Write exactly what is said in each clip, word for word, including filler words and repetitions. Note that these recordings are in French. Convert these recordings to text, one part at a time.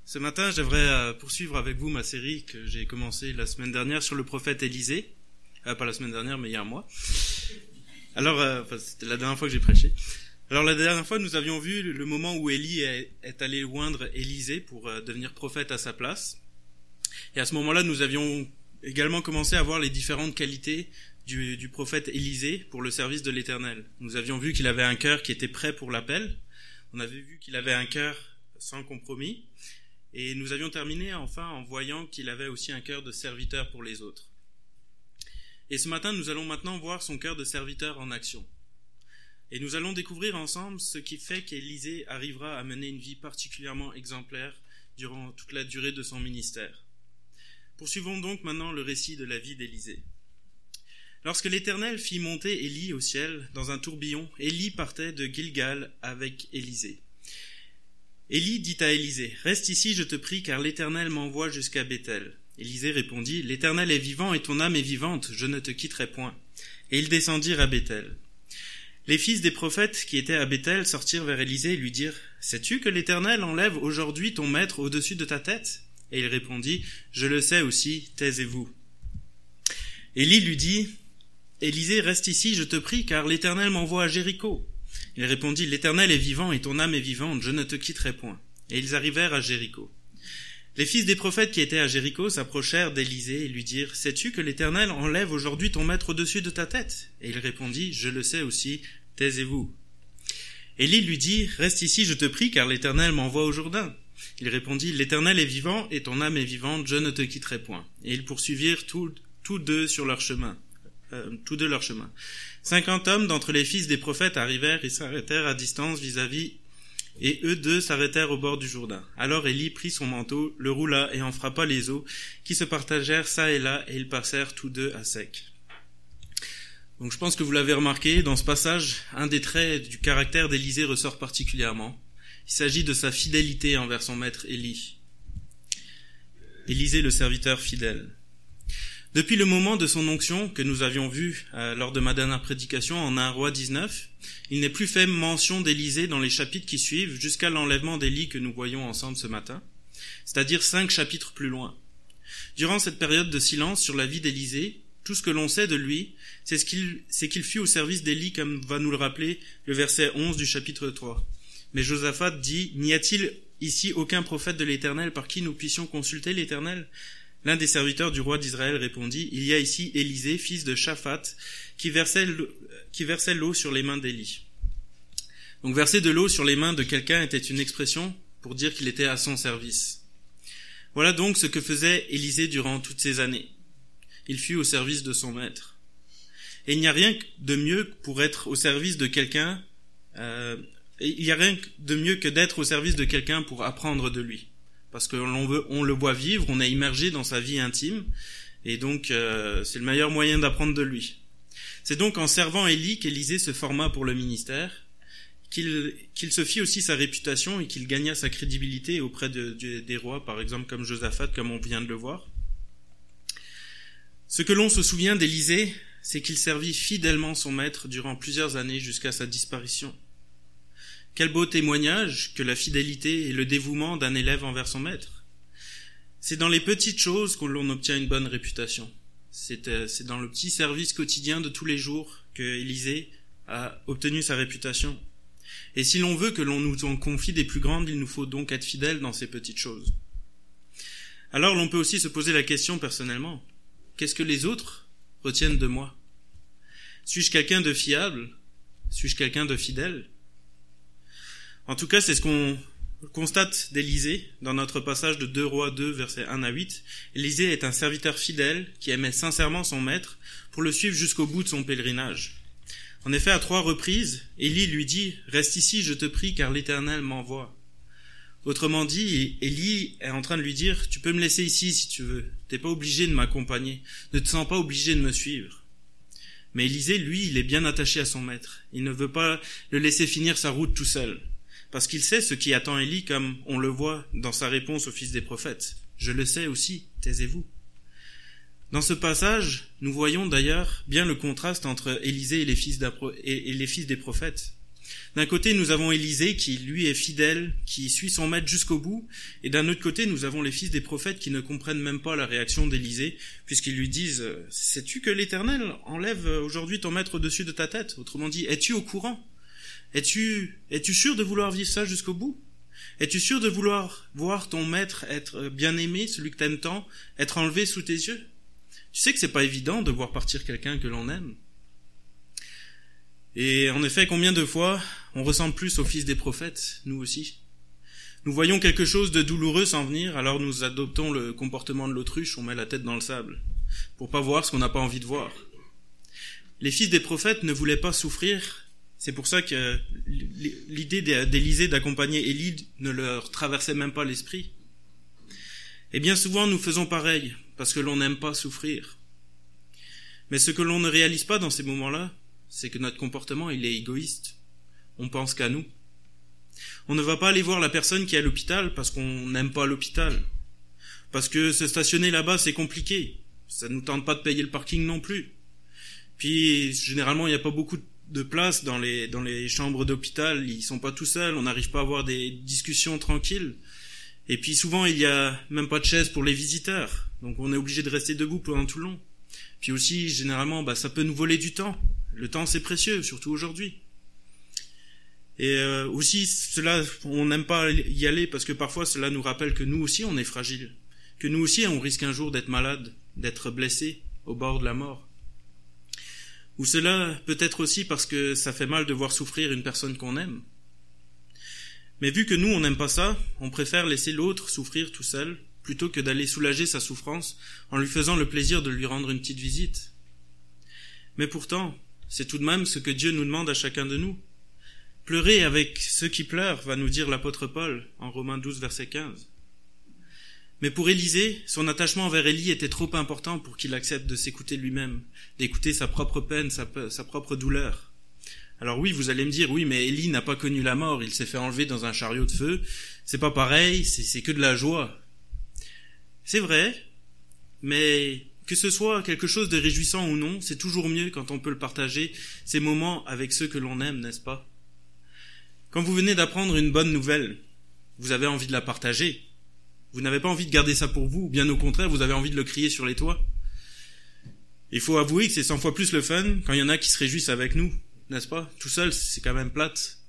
Ce matin, j'aimerais poursuivre avec vous ma série que j'ai commencée la semaine dernière sur le prophète Élisée. Euh, pas la semaine dernière, mais il y a un mois. Alors, euh, enfin, c'était la dernière fois que j'ai prêché. Alors, la dernière fois, nous avions vu le moment où Élie est, est allé oindre Élisée pour euh, devenir prophète à sa place. Et à ce moment-là, nous avions également commencé à voir les différentes qualités du, du prophète Élisée pour le service de l'Éternel. Nous avions vu qu'il avait un cœur qui était prêt pour l'appel. On avait vu qu'il avait un cœur sans compromis. Et nous avions terminé enfin en voyant qu'il avait aussi un cœur de serviteur pour les autres. Et ce matin, nous allons maintenant voir son cœur de serviteur en action. Et nous allons découvrir ensemble ce qui fait qu'Élisée arrivera à mener une vie particulièrement exemplaire durant toute la durée de son ministère. Poursuivons donc maintenant le récit de la vie d'Élisée. Lorsque l'Éternel fit monter Élie au ciel dans un tourbillon, Élie partait de Gilgal avec Élisée. Élie dit à Élisée, « Reste ici, je te prie, car l'Éternel m'envoie jusqu'à Béthel. » Élisée répondit, « L'Éternel est vivant et ton âme est vivante, je ne te quitterai point. » Et ils descendirent à Béthel. Les fils des prophètes qui étaient à Béthel sortirent vers Élisée et lui dirent, « Sais-tu que l'Éternel enlève aujourd'hui ton maître au-dessus de ta tête ?» Et il répondit, « Je le sais aussi, taisez-vous. » Élie lui dit, « Élisée, reste ici, je te prie, car l'Éternel m'envoie à Jéricho. » Il répondit, « L'Éternel est vivant et ton âme est vivante, je ne te quitterai point. » Et ils arrivèrent à Jéricho. Les fils des prophètes qui étaient à Jéricho s'approchèrent d'Élisée et lui dirent, « Sais-tu que l'Éternel enlève aujourd'hui ton maître au-dessus de ta tête ?» Et il répondit, « Je le sais aussi, taisez-vous. » Élie lui dit, « Reste ici, je te prie, car l'Éternel m'envoie au Jourdain. » Il répondit, « L'Éternel est vivant et ton âme est vivante, je ne te quitterai point. » Et ils poursuivirent tous, tous deux sur leur chemin. Euh, tous deux leur chemin. Cinquante hommes d'entre les fils des prophètes arrivèrent et s'arrêtèrent à distance vis-à-vis, et eux deux s'arrêtèrent au bord du Jourdain. Alors Élie prit son manteau, le roula et en frappa les eaux, qui se partagèrent çà et là, et ils passèrent tous deux à sec. Donc je pense que vous l'avez remarqué, dans ce passage, un des traits du caractère d'Élisée ressort particulièrement. Il s'agit de sa fidélité envers son maître Élie. Élisée, le serviteur fidèle. Depuis le moment de son onction, que nous avions vu euh, lors de ma dernière prédication en un roi dix-neuf, il n'est plus fait mention d'Élisée dans les chapitres qui suivent jusqu'à l'enlèvement d'Élie que nous voyons ensemble ce matin, c'est-à-dire cinq chapitres plus loin. Durant cette période de silence sur la vie d'Élisée, tout ce que l'on sait de lui, c'est, ce qu'il, c'est qu'il fut au service d'Élie, comme va nous le rappeler le verset onze du chapitre trois. Mais Josaphat dit, « N'y a-t-il ici aucun prophète de l'Éternel par qui nous puissions consulter l'Éternel ?» L'un des serviteurs du roi d'Israël répondit, « Il y a ici Élisée, fils de Shaphat, qui versait, qui versait l'eau sur les mains d'Élie. » Donc verser de l'eau sur les mains de quelqu'un était une expression pour dire qu'il était à son service. Voilà donc ce que faisait Élisée durant toutes ces années. Il fut au service de son maître. Et il n'y a rien de mieux pour être au service de quelqu'un, euh, il n'y a rien de mieux que d'être au service de quelqu'un pour apprendre de lui. Parce que l'on veut, on le voit vivre, on est immergé dans sa vie intime, et donc euh, c'est le meilleur moyen d'apprendre de lui. C'est donc en servant Élie qu'Élisée se forma pour le ministère, qu'il, qu'il se fit aussi sa réputation et qu'il gagna sa crédibilité auprès de, de, des rois, par exemple comme Josaphat, comme on vient de le voir. Ce que l'on se souvient d'Élisée, c'est qu'il servit fidèlement son maître durant plusieurs années jusqu'à sa disparition. Quel beau témoignage que la fidélité et le dévouement d'un élève envers son maître. C'est dans les petites choses que l'on obtient une bonne réputation. C'est, euh, c'est dans le petit service quotidien de tous les jours que Élisée a obtenu sa réputation. Et si l'on veut que l'on nous en confie des plus grandes, il nous faut donc être fidèles dans ces petites choses. Alors l'on peut aussi se poser la question personnellement. Qu'est-ce que les autres retiennent de moi? Suis-je quelqu'un de fiable? Suis-je quelqu'un de fidèle? En tout cas, c'est ce qu'on constate d'Élisée dans notre passage de deux Rois deux, versets un à huit. Élisée est un serviteur fidèle qui aimait sincèrement son maître pour le suivre jusqu'au bout de son pèlerinage. En effet, à trois reprises, Élie lui dit « Reste ici, je te prie, car l'Éternel m'envoie. » Autrement dit, Élie est en train de lui dire « Tu peux me laisser ici si tu veux, t'es pas obligé de m'accompagner, ne te sens pas obligé de me suivre. » Mais Élisée, lui, il est bien attaché à son maître. Il ne veut pas le laisser finir sa route tout seul. Parce qu'il sait ce qui attend Élie, comme on le voit dans sa réponse au fils des prophètes. « Je le sais aussi, taisez-vous. » Dans ce passage, nous voyons d'ailleurs bien le contraste entre Élisée et les fils, et les fils des prophètes. D'un côté, nous avons Élisée qui, lui, est fidèle, qui suit son maître jusqu'au bout, et d'un autre côté, nous avons les fils des prophètes qui ne comprennent même pas la réaction d'Élisée, puisqu'ils lui disent « Sais-tu que l'Éternel enlève aujourd'hui ton maître au-dessus de ta tête ?» Autrement dit, es-tu au courant ? Es-tu, es-tu sûr de vouloir vivre ça jusqu'au bout ? Es-tu sûr de vouloir voir ton maître être bien-aimé, celui que t'aimes tant, être enlevé sous tes yeux ? Tu sais que c'est pas évident de voir partir quelqu'un que l'on aime. Et en effet, combien de fois on ressemble plus aux fils des prophètes, nous aussi ? Nous voyons quelque chose de douloureux s'en venir, alors nous adoptons le comportement de l'autruche, on met la tête dans le sable, pour pas voir ce qu'on n'a pas envie de voir. Les fils des prophètes ne voulaient pas souffrir, c'est pour ça que l'idée d'Élisée d'accompagner Élie ne leur traversait même pas l'esprit. Et bien souvent nous faisons pareil, parce que l'on n'aime pas souffrir. Mais ce que l'on ne réalise pas dans ces moments-là, c'est que notre comportement, il est égoïste. On pense qu'à nous. On ne va pas aller voir la personne qui est à l'hôpital parce qu'on n'aime pas l'hôpital. Parce que se stationner là-bas, c'est compliqué. Ça ne nous tente pas de payer le parking non plus. Puis, généralement, il n'y a pas beaucoup de place dans les, dans les chambres d'hôpital. Ils sont pas tout seuls. On n'arrive pas à avoir des discussions tranquilles. Et puis, souvent, il n'y a même pas de chaise pour les visiteurs. Donc, on est obligé de rester debout pendant tout le long. Puis aussi, généralement, bah, ça peut nous voler du temps. Le temps, c'est précieux, surtout aujourd'hui. Et euh, aussi, cela, on n'aime pas y aller parce que parfois, cela nous rappelle que nous aussi, on est fragile. Que nous aussi, on risque un jour d'être malade, d'être blessé au bord de la mort. Ou cela peut être aussi parce que ça fait mal de voir souffrir une personne qu'on aime. Mais vu que nous, on n'aime pas ça, on préfère laisser l'autre souffrir tout seul, plutôt que d'aller soulager sa souffrance en lui faisant le plaisir de lui rendre une petite visite. Mais pourtant, c'est tout de même ce que Dieu nous demande à chacun de nous. Pleurer avec ceux qui pleurent, va nous dire l'apôtre Paul en Romains douze, verset quinze. Mais pour Élisée, son attachement envers Élie était trop important pour qu'il accepte de s'écouter lui-même, d'écouter sa propre peine, sa, sa propre douleur. Alors oui, vous allez me dire, oui, mais Élie n'a pas connu la mort, il s'est fait enlever dans un chariot de feu, c'est pas pareil, c'est, c'est que de la joie. C'est vrai, mais que ce soit quelque chose de réjouissant ou non, c'est toujours mieux quand on peut le partager, ces moments avec ceux que l'on aime, n'est-ce pas ? Quand vous venez d'apprendre une bonne nouvelle, vous avez envie de la partager. Vous n'avez pas envie de garder ça pour vous, ou bien au contraire, vous avez envie de le crier sur les toits. Il faut avouer que c'est cent fois plus le fun quand il y en a qui se réjouissent avec nous, n'est-ce pas ? Tout seul, c'est quand même plate.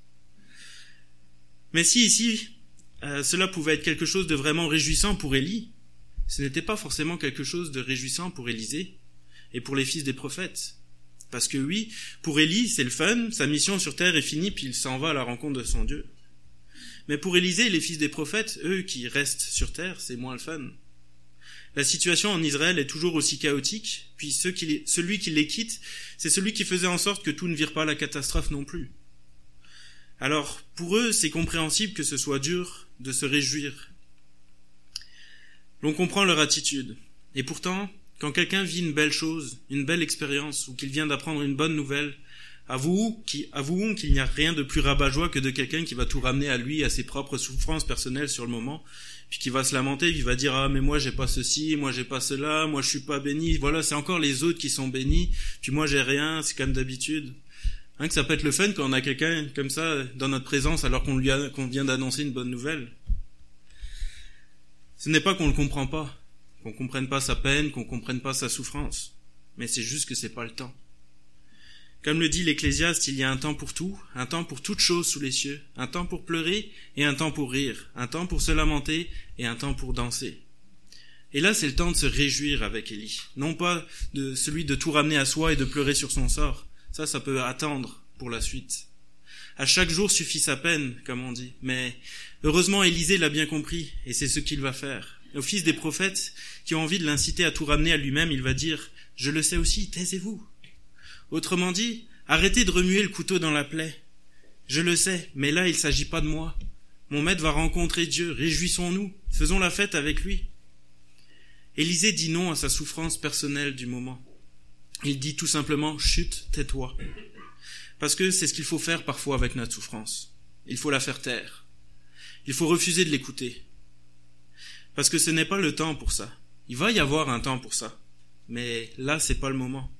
Mais si ici, euh, cela pouvait être quelque chose de vraiment réjouissant pour Élie, ce n'était pas forcément quelque chose de réjouissant pour Élisée et pour les fils des prophètes. Parce que oui, pour Élie, c'est le fun, sa mission sur terre est finie, puis il s'en va à la rencontre de son Dieu. Mais pour Élisée et les fils des prophètes, eux qui restent sur terre, c'est moins le fun. La situation en Israël est toujours aussi chaotique, puis ceux qui les, celui qui les quitte, c'est celui qui faisait en sorte que tout ne vire pas à la catastrophe non plus. Alors, pour eux, c'est compréhensible que ce soit dur de se réjouir. L'on comprend leur attitude. Et pourtant, quand quelqu'un vit une belle chose, une belle expérience, ou qu'il vient d'apprendre une bonne nouvelle, avouons qu'il n'y a rien de plus rabat-joie que de quelqu'un qui va tout ramener à lui, à ses propres souffrances personnelles sur le moment, puis qui va se lamenter, qui va dire « Ah, mais moi j'ai pas ceci, moi j'ai pas cela, moi je suis pas béni, voilà, c'est encore les autres qui sont bénis, puis moi j'ai rien, c'est comme d'habitude. » Hein, que ça peut être le fun quand on a quelqu'un comme ça dans notre présence alors qu'on lui a, qu'on vient d'annoncer une bonne nouvelle. Ce n'est pas qu'on le comprend pas, qu'on comprenne pas sa peine, qu'on comprenne pas sa souffrance, mais c'est juste que c'est pas le temps. Comme le dit l'Ecclésiaste, il y a un temps pour tout, un temps pour toute chose sous les cieux, un temps pour pleurer et un temps pour rire, un temps pour se lamenter et un temps pour danser. Et là, c'est le temps de se réjouir avec Élie, non pas de celui de tout ramener à soi et de pleurer sur son sort. Ça, ça peut attendre pour la suite. À chaque jour suffit sa peine, comme on dit. Mais heureusement, Élisée l'a bien compris, et c'est ce qu'il va faire. Aux fils des prophètes qui ont envie de l'inciter à tout ramener à lui-même, il va dire « Je le sais aussi, taisez-vous ». Autrement dit, arrêtez de remuer le couteau dans la plaie. Je le sais, mais là, il ne s'agit pas de moi. Mon maître va rencontrer Dieu, réjouissons-nous, faisons la fête avec lui. Élisée dit non à sa souffrance personnelle du moment. Il dit tout simplement « Chut, tais-toi ». Parce que c'est ce qu'il faut faire parfois avec notre souffrance. Il faut la faire taire. Il faut refuser de l'écouter. Parce que ce n'est pas le temps pour ça. Il va y avoir un temps pour ça. Mais là, c'est pas le moment.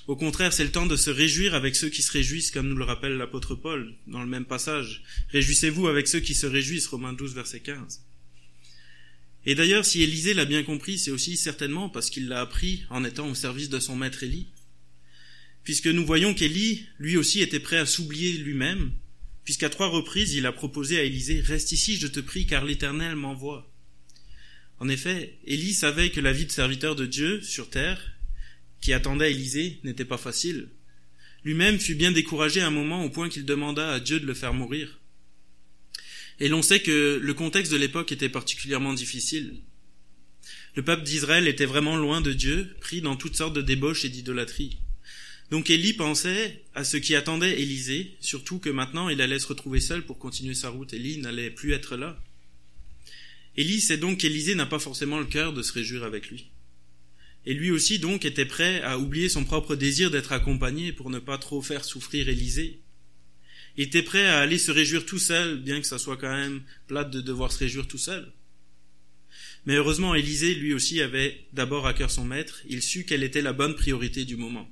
Au contraire, c'est le temps de se réjouir avec ceux qui se réjouissent, comme nous le rappelle l'apôtre Paul dans le même passage. Réjouissez-vous avec ceux qui se réjouissent, Romains douze, verset quinze. Et d'ailleurs, si Élisée l'a bien compris, c'est aussi certainement parce qu'il l'a appris en étant au service de son maître Élie. Puisque nous voyons qu'Élie, lui aussi, était prêt à s'oublier lui-même, puisqu'à trois reprises, il a proposé à Élisée « Reste ici, je te prie, car l'Éternel m'envoie ». En effet, Élie savait que la vie de serviteur de Dieu sur terre, qui attendait Élisée, n'était pas facile. Lui-même fut bien découragé à un moment au point qu'il demanda à Dieu de le faire mourir. Et l'on sait que le contexte de l'époque était particulièrement difficile. Le peuple d'Israël était vraiment loin de Dieu, pris dans toutes sortes de débauches et d'idolâtrie. Donc Élie pensait à ce qui attendait Élisée, surtout que maintenant il allait se retrouver seul pour continuer sa route. Élie n'allait plus être là. Élie sait donc qu'Élisée n'a pas forcément le cœur de se réjouir avec lui. Et lui aussi donc était prêt à oublier son propre désir d'être accompagné pour ne pas trop faire souffrir Élisée. Il était prêt à aller se réjouir tout seul, bien que ça soit quand même plate de devoir se réjouir tout seul. Mais heureusement, Élisée, lui aussi, avait d'abord à cœur son maître. Il sut quelle était la bonne priorité du moment.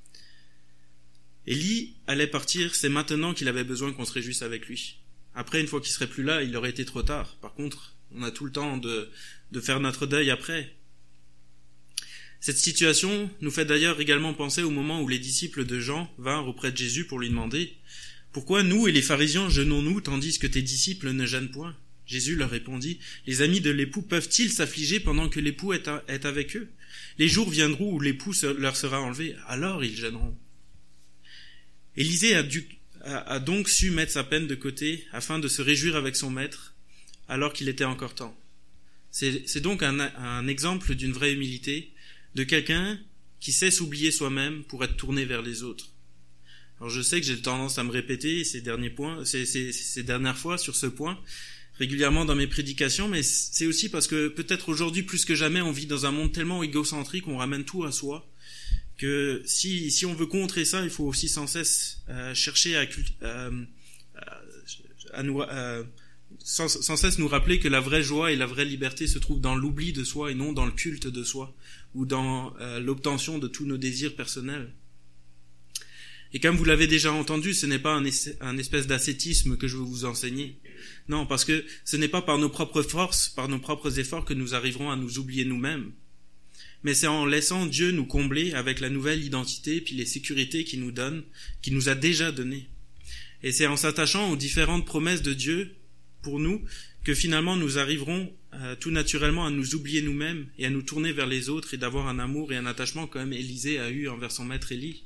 Élie allait partir, c'est maintenant qu'il avait besoin qu'on se réjouisse avec lui. Après, une fois qu'il serait plus là, il aurait été trop tard. Par contre, on a tout le temps de, de faire notre deuil après. Cette situation nous fait d'ailleurs également penser au moment où les disciples de Jean vinrent auprès de Jésus pour lui demander « Pourquoi nous et les pharisiens jeûnons-nous tandis que tes disciples ne jeûnent point ?» Jésus leur répondit « Les amis de l'époux peuvent-ils s'affliger pendant que l'époux est, à, est avec eux? Les jours viendront où l'époux se, leur sera enlevé, alors ils jeûneront. » Élisée a, dû, a, a donc su mettre sa peine de côté afin de se réjouir avec son maître alors qu'il était encore temps. C'est, c'est donc un, un exemple d'une vraie humilité, de quelqu'un qui sait s'oublier soi-même pour être tourné vers les autres. Alors je sais que j'ai tendance à me répéter ces derniers points, ces, ces, ces dernières fois sur ce point, régulièrement dans mes prédications, mais c'est aussi parce que peut-être aujourd'hui plus que jamais on vit dans un monde tellement égocentrique, on ramène tout à soi, que si, si on veut contrer ça, il faut aussi sans cesse euh, chercher à, euh, à nous, euh, sans, sans cesse nous rappeler que la vraie joie et la vraie liberté se trouvent dans l'oubli de soi et non dans le culte de soi ou dans euh, l'obtention de tous nos désirs personnels. Et comme vous l'avez déjà entendu, ce n'est pas un, es- un espèce d'ascétisme que je veux vous enseigner. Non, parce que ce n'est pas par nos propres forces, par nos propres efforts que nous arriverons à nous oublier nous-mêmes. Mais c'est en laissant Dieu nous combler avec la nouvelle identité puis les sécurités qu'il nous donne, qu'il nous a déjà données. Et c'est en s'attachant aux différentes promesses de Dieu pour nous que finalement nous arriverons euh, tout naturellement à nous oublier nous-mêmes et à nous tourner vers les autres et d'avoir un amour et un attachement comme Élisée a eu envers son maître Élie.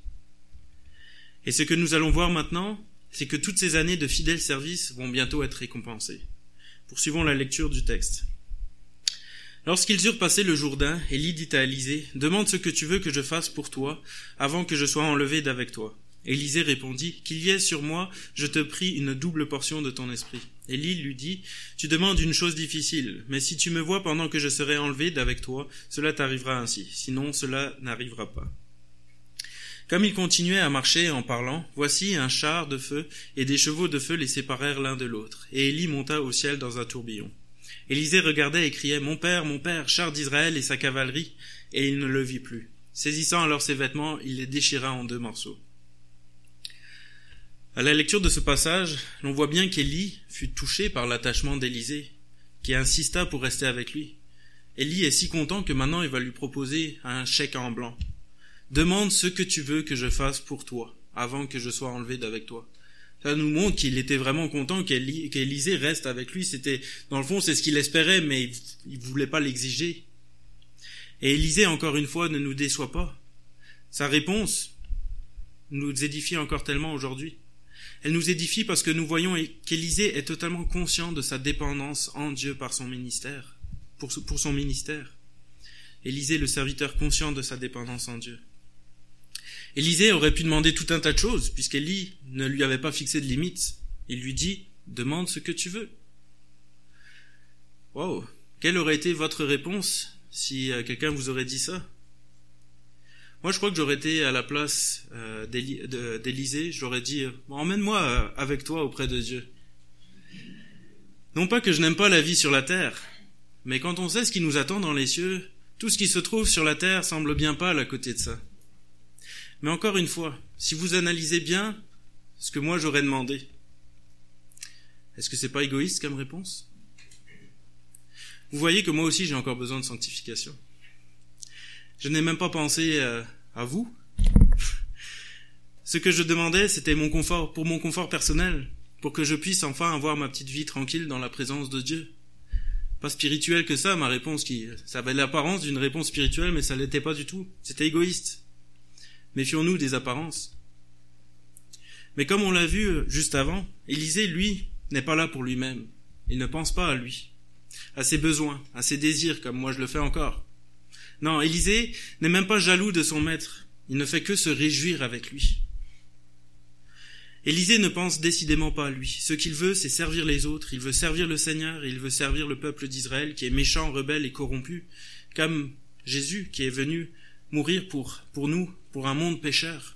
Et ce que nous allons voir maintenant, c'est que toutes ces années de fidèle service vont bientôt être récompensées. Poursuivons la lecture du texte. Lorsqu'ils eurent passé le Jourdain, Élie dit à Élisée, « Demande ce que tu veux que je fasse pour toi, avant que je sois enlevé d'avec toi. » Élisée répondit, « Qu'il y ait sur moi, je te prie, une double portion de ton esprit. » Élie lui dit, « Tu demandes une chose difficile, mais si tu me vois pendant que je serai enlevé d'avec toi, cela t'arrivera ainsi, sinon cela n'arrivera pas. » Comme il continuait à marcher en parlant, voici un char de feu et des chevaux de feu les séparèrent l'un de l'autre, et Élie monta au ciel dans un tourbillon. Élisée regardait et criait « Mon père, mon père, char d'Israël et sa cavalerie !» Et il ne le vit plus. Saisissant alors ses vêtements, il les déchira en deux morceaux. À la lecture de ce passage, l'on voit bien qu'Élie fut touché par l'attachement d'Élisée, qui insista pour rester avec lui. Élie est si content que maintenant il va lui proposer un chèque en blanc. Demande ce que tu veux que je fasse pour toi, avant que je sois enlevé d'avec toi. Ça nous montre qu'il était vraiment content qu'Élie, qu'Élisée reste avec lui. C'était, dans le fond, c'est ce qu'il espérait, mais il ne voulait pas l'exiger. Et Élisée, encore une fois, ne nous déçoit pas. Sa réponse nous édifie encore tellement aujourd'hui. Elle nous édifie parce que nous voyons qu'Élisée est totalement conscient de sa dépendance en Dieu par son ministère, pour, pour son ministère. Élisée, le serviteur conscient de sa dépendance en Dieu. Élisée aurait pu demander tout un tas de choses, puisqu'Élie ne lui avait pas fixé de limites. Il lui dit, demande ce que tu veux. Wow! Quelle aurait été votre réponse si euh, quelqu'un vous aurait dit ça? Moi, je crois que j'aurais été à la place euh, d'Éli- de, d'Élisée, j'aurais dit, bon, emmène-moi euh, avec toi auprès de Dieu. Non pas que je n'aime pas la vie sur la terre, mais quand on sait ce qui nous attend dans les cieux, tout ce qui se trouve sur la terre semble bien pâle à côté de ça. Mais encore une fois, si vous analysez bien ce que moi j'aurais demandé, est-ce que c'est pas égoïste comme réponse? Vous voyez que moi aussi j'ai encore besoin de sanctification. Je n'ai même pas pensé euh, à vous. Ce que je demandais, c'était mon confort, pour mon confort personnel, pour que je puisse enfin avoir ma petite vie tranquille dans la présence de Dieu. Pas spirituelle que ça, ma réponse qui, ça avait l'apparence d'une réponse spirituelle, mais ça l'était pas du tout. C'était égoïste. Méfions-nous des apparences. Mais comme on l'a vu juste avant, Élisée, lui, n'est pas là pour lui-même. Il ne pense pas à lui, à ses besoins, à ses désirs, comme moi je le fais encore. Non, Élisée n'est même pas jaloux de son maître. Il ne fait que se réjouir avec lui. Élisée ne pense décidément pas à lui. Ce qu'il veut, c'est servir les autres. Il veut servir le Seigneur et il veut servir le peuple d'Israël qui est méchant, rebelle et corrompu, comme Jésus qui est venu mourir pour, pour nous, pour un monde pécheur.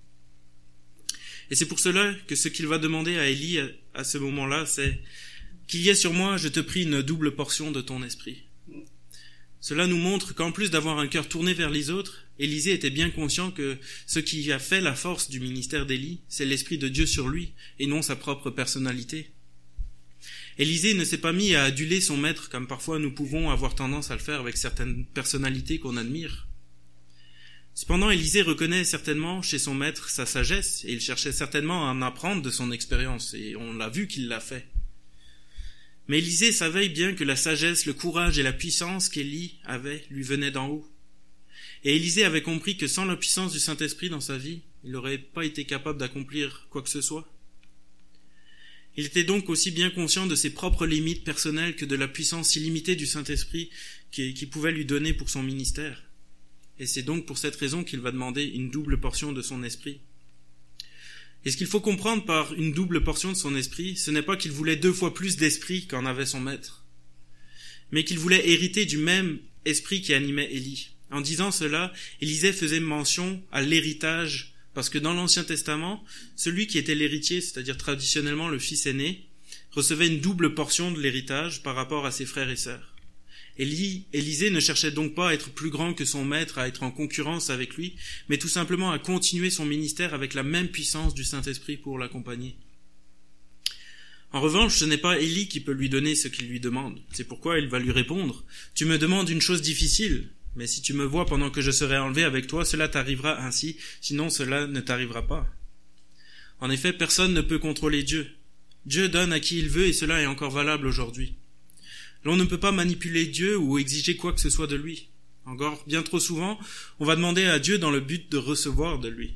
Et c'est pour cela que ce qu'il va demander à Élie à, à ce moment-là, c'est qu'il y ait sur moi, je te prie, une double portion de ton esprit. Cela nous montre qu'en plus d'avoir un cœur tourné vers les autres, Élisée était bien conscient que ce qui a fait la force du ministère d'Élie, c'est l'Esprit de Dieu sur lui, et non sa propre personnalité. Élisée ne s'est pas mis à aduler son maître, comme parfois nous pouvons avoir tendance à le faire avec certaines personnalités qu'on admire. Cependant, Élisée reconnaît certainement chez son maître sa sagesse, et il cherchait certainement à en apprendre de son expérience, et on l'a vu qu'il l'a fait. Mais Élisée savait bien que la sagesse, le courage et la puissance qu'Élie avait lui venaient d'en haut. Et Élisée avait compris que sans la puissance du Saint-Esprit dans sa vie, il n'aurait pas été capable d'accomplir quoi que ce soit. Il était donc aussi bien conscient de ses propres limites personnelles que de la puissance illimitée du Saint-Esprit qui, qui pouvait lui donner pour son ministère. Et c'est donc pour cette raison qu'il va demander une double portion de son esprit. Et ce qu'il faut comprendre par une double portion de son esprit, ce n'est pas qu'il voulait deux fois plus d'esprit qu'en avait son maître, mais qu'il voulait hériter du même esprit qui animait Élie. En disant cela, Élisée faisait mention à l'héritage, parce que dans l'Ancien Testament, celui qui était l'héritier, c'est-à-dire traditionnellement le fils aîné, recevait une double portion de l'héritage par rapport à ses frères et sœurs. Élie, Élisée ne cherchait donc pas à être plus grand que son maître, à être en concurrence avec lui, mais tout simplement à continuer son ministère avec la même puissance du Saint-Esprit pour l'accompagner. En revanche, ce n'est pas Élie qui peut lui donner ce qu'il lui demande. C'est pourquoi il va lui répondre « Tu me demandes une chose difficile, mais si tu me vois pendant que je serai enlevé avec toi, cela t'arrivera ainsi, sinon cela ne t'arrivera pas. » En effet, personne ne peut contrôler Dieu. Dieu donne à qui il veut et cela est encore valable aujourd'hui. L'on ne peut pas manipuler Dieu ou exiger quoi que ce soit de lui. Encore bien trop souvent, on va demander à Dieu dans le but de recevoir de lui.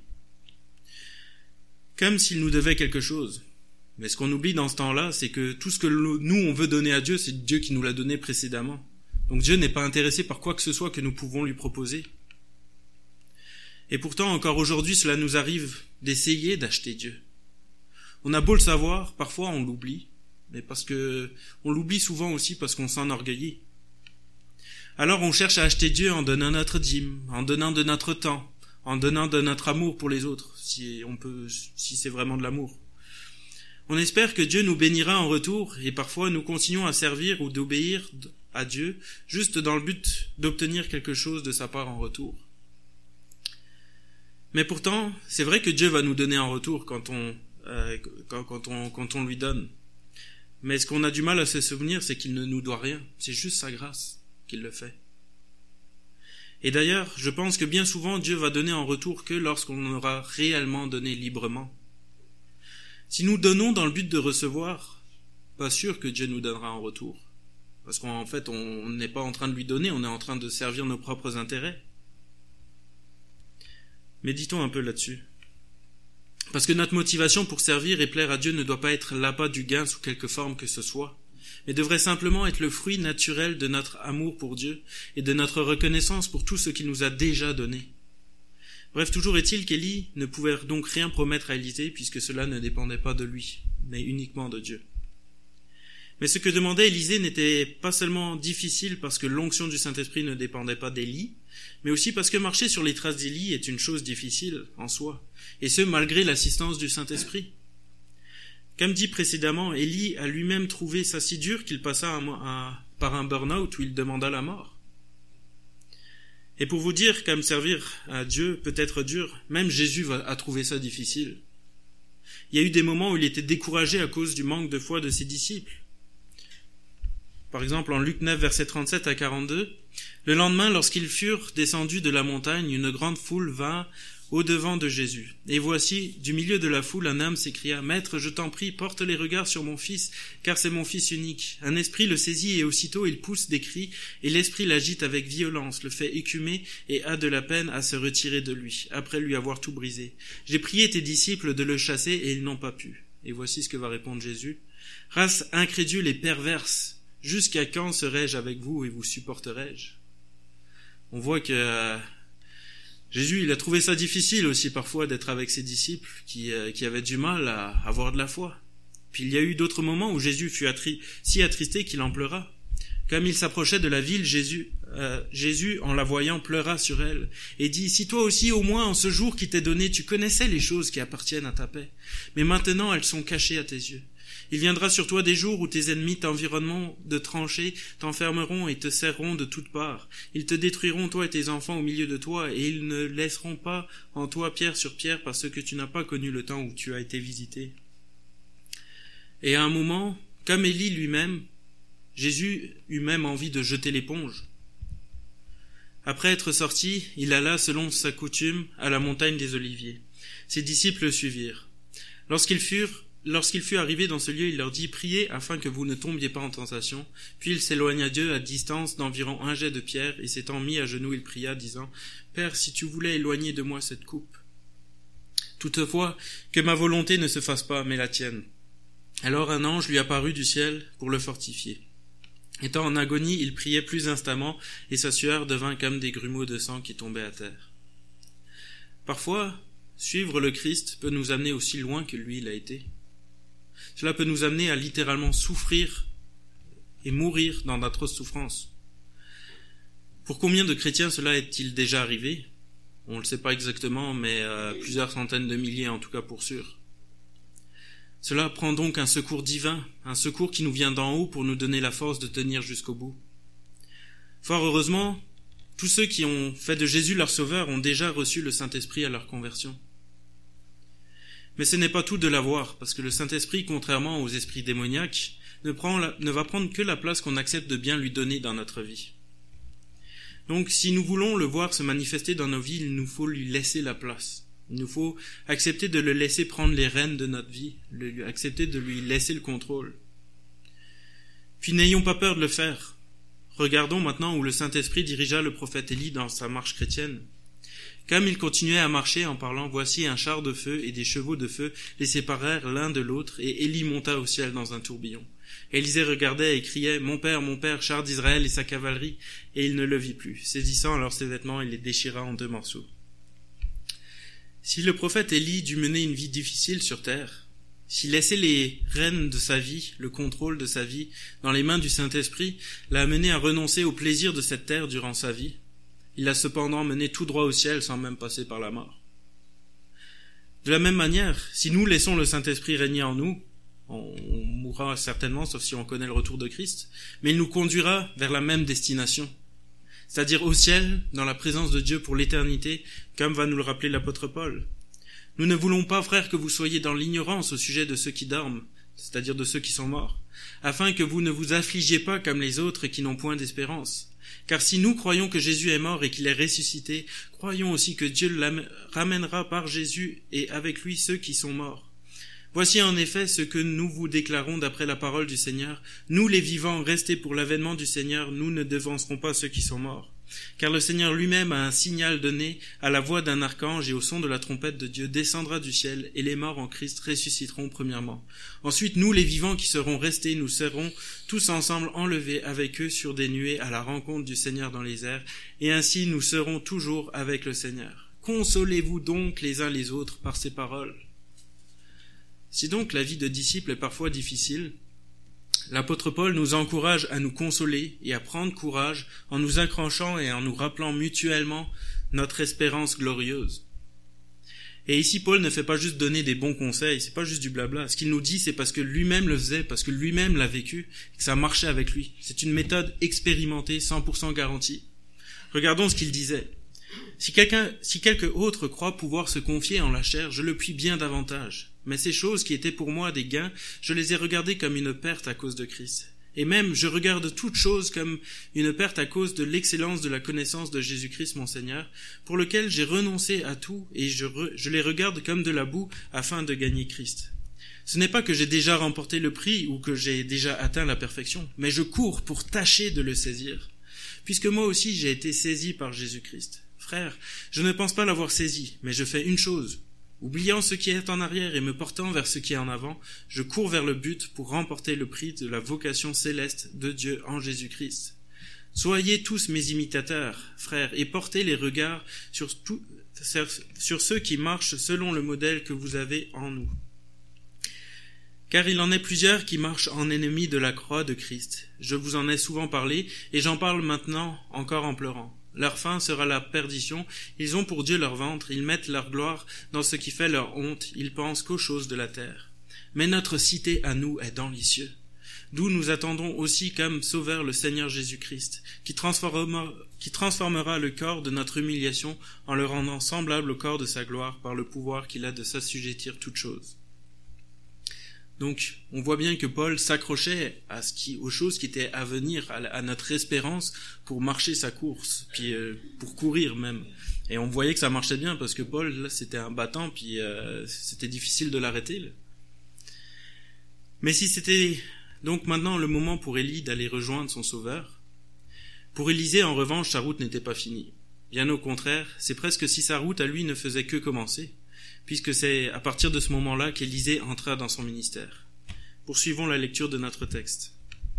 Comme s'il nous devait quelque chose. Mais ce qu'on oublie dans ce temps-là, c'est que tout ce que nous, on veut donner à Dieu, c'est Dieu qui nous l'a donné précédemment. Donc Dieu n'est pas intéressé par quoi que ce soit que nous pouvons lui proposer. Et pourtant, encore aujourd'hui, cela nous arrive d'essayer d'acheter Dieu. On a beau le savoir, parfois on l'oublie. Mais parce que on l'oublie souvent aussi parce qu'on s'enorgueillit. Alors on cherche à acheter Dieu en donnant notre dîme, en donnant de notre temps, en donnant de notre amour pour les autres, si on peut, si c'est vraiment de l'amour. On espère que Dieu nous bénira en retour, et parfois nous continuons à servir ou d'obéir à Dieu, juste dans le but d'obtenir quelque chose de sa part en retour. Mais pourtant, c'est vrai que Dieu va nous donner en retour quand on, euh, quand, quand on, quand on lui donne. Mais ce qu'on a du mal à se souvenir, c'est qu'il ne nous doit rien. C'est juste sa grâce qu'il le fait. Et d'ailleurs, je pense que bien souvent, Dieu va donner en retour que lorsqu'on aura réellement donné librement. Si nous donnons dans le but de recevoir, pas sûr que Dieu nous donnera en retour. Parce qu'en fait, on n'est pas en train de lui donner, on est en train de servir nos propres intérêts. Méditons un peu là-dessus. Parce que notre motivation pour servir et plaire à Dieu ne doit pas être l'appât du gain sous quelque forme que ce soit, mais devrait simplement être le fruit naturel de notre amour pour Dieu et de notre reconnaissance pour tout ce qu'il nous a déjà donné. Bref, toujours est-il qu'Élie ne pouvait donc rien promettre à Élisée puisque cela ne dépendait pas de lui, mais uniquement de Dieu. Mais ce que demandait Élisée n'était pas seulement difficile parce que l'onction du Saint-Esprit ne dépendait pas d'Élie, mais aussi parce que marcher sur les traces d'Élie est une chose difficile en soi, et ce malgré l'assistance du Saint-Esprit. Comme dit précédemment, Élie a lui-même trouvé ça si dur qu'il passa à, à, par un burn-out où il demanda la mort. Et pour vous dire qu'à me servir à Dieu peut être dur, même Jésus a trouvé ça difficile. Il y a eu des moments où il était découragé à cause du manque de foi de ses disciples. Par exemple, en Luc neuf, versets trente-sept à quarante-deux, « Le lendemain, lorsqu'ils furent descendus de la montagne, une grande foule vint au-devant de Jésus. Et voici, du milieu de la foule, un homme s'écria, « Maître, je t'en prie, porte les regards sur mon fils, car c'est mon fils unique. » Un esprit le saisit et aussitôt il pousse des cris, et l'esprit l'agite avec violence, le fait écumer et a de la peine à se retirer de lui, après lui avoir tout brisé. « J'ai prié tes disciples de le chasser et ils n'ont pas pu. » Et voici ce que va répondre Jésus. « Race incrédule et perverse, jusqu'à quand serai-je avec vous et vous supporterai-je » On voit que euh, Jésus, il a trouvé ça difficile aussi parfois d'être avec ses disciples qui, euh, qui avaient du mal à avoir de la foi. Puis il y a eu d'autres moments où Jésus fut attri- si attristé qu'il en pleura. Comme il s'approchait de la ville, Jésus, euh, Jésus, en la voyant, pleura sur elle et dit « Si toi aussi, au moins en ce jour qui t'est donné, tu connaissais les choses qui appartiennent à ta paix, mais maintenant elles sont cachées à tes yeux. Il viendra sur toi des jours où tes ennemis t'environneront de tranchées, t'enfermeront et te serreront de toutes parts. Ils te détruiront, toi et tes enfants, au milieu de toi, et ils ne laisseront pas en toi pierre sur pierre parce que tu n'as pas connu le temps où tu as été visité. » Et à un moment, comme Élie lui-même, Jésus eut même envie de jeter l'éponge. Après être sorti, il alla, selon sa coutume, à la montagne des Oliviers. Ses disciples le suivirent. Lorsqu'ils furent Lorsqu'il fut arrivé dans ce lieu, il leur dit « Priez afin que vous ne tombiez pas en tentation. » Puis il s'éloigna d'eux à distance d'environ un jet de pierre, et s'étant mis à genoux, il pria, disant « Père, si tu voulais éloigner de moi cette coupe. Toutefois, que ma volonté ne se fasse pas, mais la tienne. » Alors un ange lui apparut du ciel pour le fortifier. Étant en agonie, il priait plus instamment, et sa sueur devint comme des grumeaux de sang qui tombaient à terre. Parfois, suivre le Christ peut nous amener aussi loin que lui l'a été. Cela peut nous amener à littéralement souffrir et mourir dans d'atroces souffrances. Pour combien de chrétiens cela est-il déjà arrivé ? On ne le sait pas exactement, mais euh, plusieurs centaines de milliers en tout cas pour sûr. Cela prend donc un secours divin, un secours qui nous vient d'en haut pour nous donner la force de tenir jusqu'au bout. Fort heureusement, tous ceux qui ont fait de Jésus leur sauveur ont déjà reçu le Saint-Esprit à leur conversion. Mais ce n'est pas tout de l'avoir, parce que le Saint-Esprit, contrairement aux esprits démoniaques, ne, prend la, ne va prendre que la place qu'on accepte de bien lui donner dans notre vie. Donc, si nous voulons le voir se manifester dans nos vies, il nous faut lui laisser la place. Il nous faut accepter de le laisser prendre les rênes de notre vie, le, accepter de lui laisser le contrôle. Puis n'ayons pas peur de le faire. Regardons maintenant où le Saint-Esprit dirigea le prophète Élie dans sa marche chrétienne. Comme il continuait à marcher en parlant, voici un char de feu et des chevaux de feu les séparèrent l'un de l'autre, et Élie monta au ciel dans un tourbillon. Élisée regardait et criait, « Mon père, mon père, char d'Israël et sa cavalerie !» Et il ne le vit plus. Saisissant alors ses vêtements, il les déchira en deux morceaux. Si le prophète Élie dut mener une vie difficile sur terre, s'il laissait les rênes de sa vie, le contrôle de sa vie, dans les mains du Saint-Esprit, l'a amené à renoncer au plaisir de cette terre durant sa vie, il l'a cependant mené tout droit au ciel sans même passer par la mort. De la même manière, si nous laissons le Saint-Esprit régner en nous, on mourra certainement, sauf si on connaît le retour de Christ, mais il nous conduira vers la même destination, c'est-à-dire au ciel, dans la présence de Dieu pour l'éternité, comme va nous le rappeler l'apôtre Paul. Nous ne voulons pas, frères, que vous soyez dans l'ignorance au sujet de ceux qui dorment, c'est-à-dire de ceux qui sont morts, afin que vous ne vous affligiez pas comme les autres qui n'ont point d'espérance. Car si nous croyons que Jésus est mort et qu'il est ressuscité, croyons aussi que Dieu ramènera par Jésus et avec lui ceux qui sont morts. Voici en effet ce que nous vous déclarons d'après la parole du Seigneur. Nous les vivants, restés pour l'avènement du Seigneur, nous ne devancerons pas ceux qui sont morts. Car le Seigneur lui-même a un signal donné à la voix d'un archange et au son de la trompette de Dieu descendra du ciel et les morts en Christ ressusciteront premièrement. Ensuite, nous les vivants qui serons restés, nous serons tous ensemble enlevés avec eux sur des nuées à la rencontre du Seigneur dans les airs, et ainsi nous serons toujours avec le Seigneur. Consolez-vous donc les uns les autres par ces paroles. Si donc la vie de disciple est parfois difficile, l'apôtre Paul nous encourage à nous consoler et à prendre courage en nous accrochant et en nous rappelant mutuellement notre espérance glorieuse. Et ici, Paul ne fait pas juste donner des bons conseils, c'est pas juste du blabla. Ce qu'il nous dit, c'est parce que lui-même le faisait, parce que lui-même l'a vécu, et que ça marchait avec lui. C'est une méthode expérimentée, cent pour cent garantie. Regardons ce qu'il disait. Si quelqu'un, si quelque autre croit pouvoir se confier en la chair, je le puis bien davantage. Mais ces choses qui étaient pour moi des gains, je les ai regardées comme une perte à cause de Christ. Et même, je regarde toutes choses comme une perte à cause de l'excellence de la connaissance de Jésus-Christ mon Seigneur, pour lequel j'ai renoncé à tout et je, re, je les regarde comme de la boue afin de gagner Christ. Ce n'est pas que j'ai déjà remporté le prix ou que j'ai déjà atteint la perfection, mais je cours pour tâcher de le saisir, puisque moi aussi j'ai été saisi par Jésus-Christ. Frère, je ne pense pas l'avoir saisi, mais je fais une chose. Oubliant ce qui est en arrière et me portant vers ce qui est en avant, je cours vers le but pour remporter le prix de la vocation céleste de Dieu en Jésus-Christ. Soyez tous mes imitateurs, frères, et portez les regards sur, tout, sur ceux qui marchent selon le modèle que vous avez en nous. Car il en est plusieurs qui marchent en ennemis de la croix de Christ. Je vous en ai souvent parlé, et j'en parle maintenant encore en pleurant. Leur fin sera la perdition, ils ont pour Dieu leur ventre, ils mettent leur gloire dans ce qui fait leur honte, ils pensent qu'aux choses de la terre. Mais notre cité à nous est dans les cieux, d'où nous attendons aussi comme sauveur le Seigneur Jésus-Christ, qui transformera, qui transformera le corps de notre humiliation en le rendant semblable au corps de sa gloire par le pouvoir qu'il a de s'assujettir toutes choses. Donc, on voit bien que Paul s'accrochait à ce qui, aux choses qui étaient à venir, à, à notre espérance pour marcher sa course, puis euh, pour courir même. Et on voyait que ça marchait bien parce que Paul, là, c'était un battant, puis euh, c'était difficile de l'arrêter. Là. Mais si c'était donc maintenant le moment pour Élie d'aller rejoindre son sauveur, pour Élisée, en revanche, sa route n'était pas finie. Bien au contraire, c'est presque si sa route à lui ne faisait que commencer, puisque c'est à partir de ce moment-là qu'Élisée entra dans son ministère. Poursuivons la lecture de notre texte.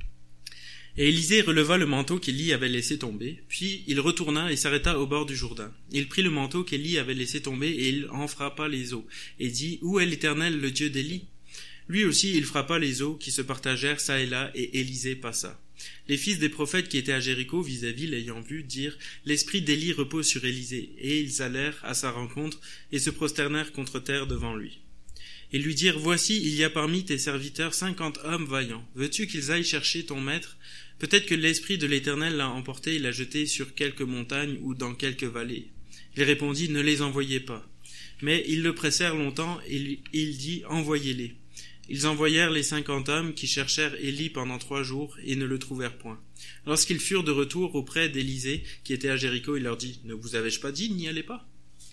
Et Élisée releva le manteau qu'Élie avait laissé tomber, puis il retourna et s'arrêta au bord du Jourdain. Il prit le manteau qu'Élie avait laissé tomber et il en frappa les eaux, et dit « Où est l'Éternel, le Dieu d'Élie ?» Lui aussi il frappa les eaux qui se partagèrent çà et là, et Élisée passa. Les fils des prophètes qui étaient à Jéricho vis-à-vis l'ayant vu dirent « L'esprit d'Élie repose sur Élisée. » Et ils allèrent à sa rencontre et se prosternèrent contre terre devant lui. Et lui dirent « Voici, il y a parmi tes serviteurs cinquante hommes vaillants. Veux-tu qu'ils aillent chercher ton maître ? Peut-être que l'esprit de l'Éternel l'a emporté et l'a jeté sur quelque montagne ou dans quelque vallée. » Il répondit « Ne les envoyez pas. » Mais ils le pressèrent longtemps et il dit « Envoyez-les. » Ils envoyèrent les cinquante hommes qui cherchèrent Élie pendant trois jours et ne le trouvèrent point. Lorsqu'ils furent de retour auprès d'Élisée, qui était à Jéricho, il leur dit « Ne vous avais-je pas dit, n'y allez pas ?»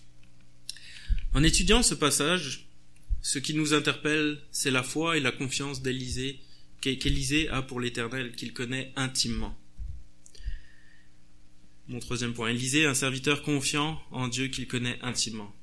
En étudiant ce passage, ce qui nous interpelle, c'est la foi et la confiance d'Élisée, qu'Élisée a pour l'Éternel, qu'il connaît intimement. Mon troisième point, Élisée, un serviteur confiant en Dieu qu'il connaît intimement.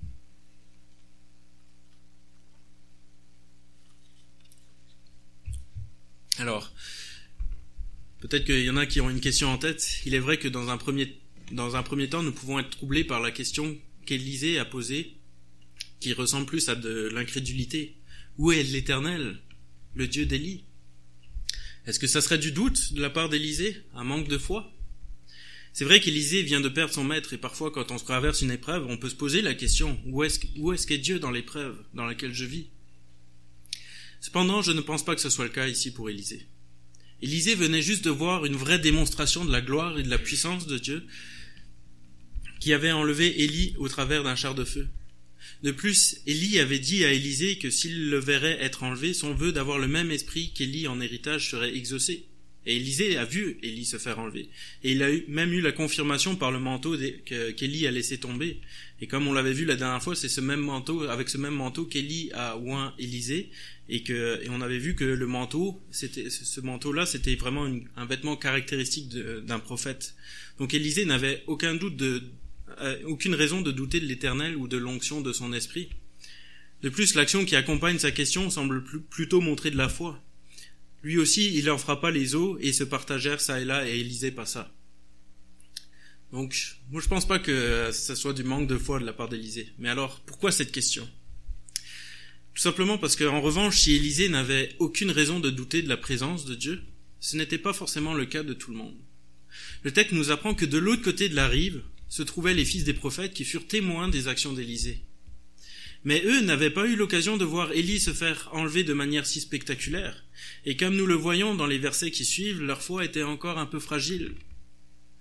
Alors, peut-être qu'il y en a qui ont une question en tête. Il est vrai que dans un premier, dans un premier temps, nous pouvons être troublés par la question qu'Élisée a posée, qui ressemble plus à de l'incrédulité. Où est l'Éternel, le Dieu d'Élie ? Est-ce que ça serait du doute de la part d'Élisée, un manque de foi ? C'est vrai qu'Élisée vient de perdre son maître, et parfois quand on traverse une épreuve, on peut se poser la question, où est-ce, où est-ce qu'est Dieu dans l'épreuve dans laquelle je vis ? Cependant, je ne pense pas que ce soit le cas ici pour Élisée. Élisée venait juste de voir une vraie démonstration de la gloire et de la puissance de Dieu qui avait enlevé Élie au travers d'un char de feu. De plus, Élie avait dit à Élisée que s'il le verrait être enlevé, son vœu d'avoir le même esprit qu'Élie en héritage serait exaucé. Et Élisée a vu Élie se faire enlever. Et il a eu, même eu la confirmation par le manteau qu'Élie a laissé tomber. Et comme on l'avait vu la dernière fois, c'est ce même manteau, avec ce même manteau qu'Élie a oint Élisée. Et que, et on avait vu que le manteau, c'était, ce manteau-là, c'était vraiment une, un vêtement caractéristique de, d'un prophète. Donc Élisée n'avait aucun doute de, euh, aucune raison de douter de l'Éternel ou de l'onction de son esprit. De plus, l'action qui accompagne sa question semble plus, plutôt montrer de la foi. Lui aussi, il en frappa les eaux et se partagèrent çà et là, et Élisée passa. Donc, moi je pense pas que ça soit du manque de foi de la part d'Élisée. Mais alors, pourquoi cette question ? Tout simplement parce qu'en revanche, si Élisée n'avait aucune raison de douter de la présence de Dieu, ce n'était pas forcément le cas de tout le monde. Le texte nous apprend que de l'autre côté de la rive se trouvaient les fils des prophètes qui furent témoins des actions d'Élisée. Mais eux n'avaient pas eu l'occasion de voir Élie se faire enlever de manière si spectaculaire, et comme nous le voyons dans les versets qui suivent, leur foi était encore un peu fragile.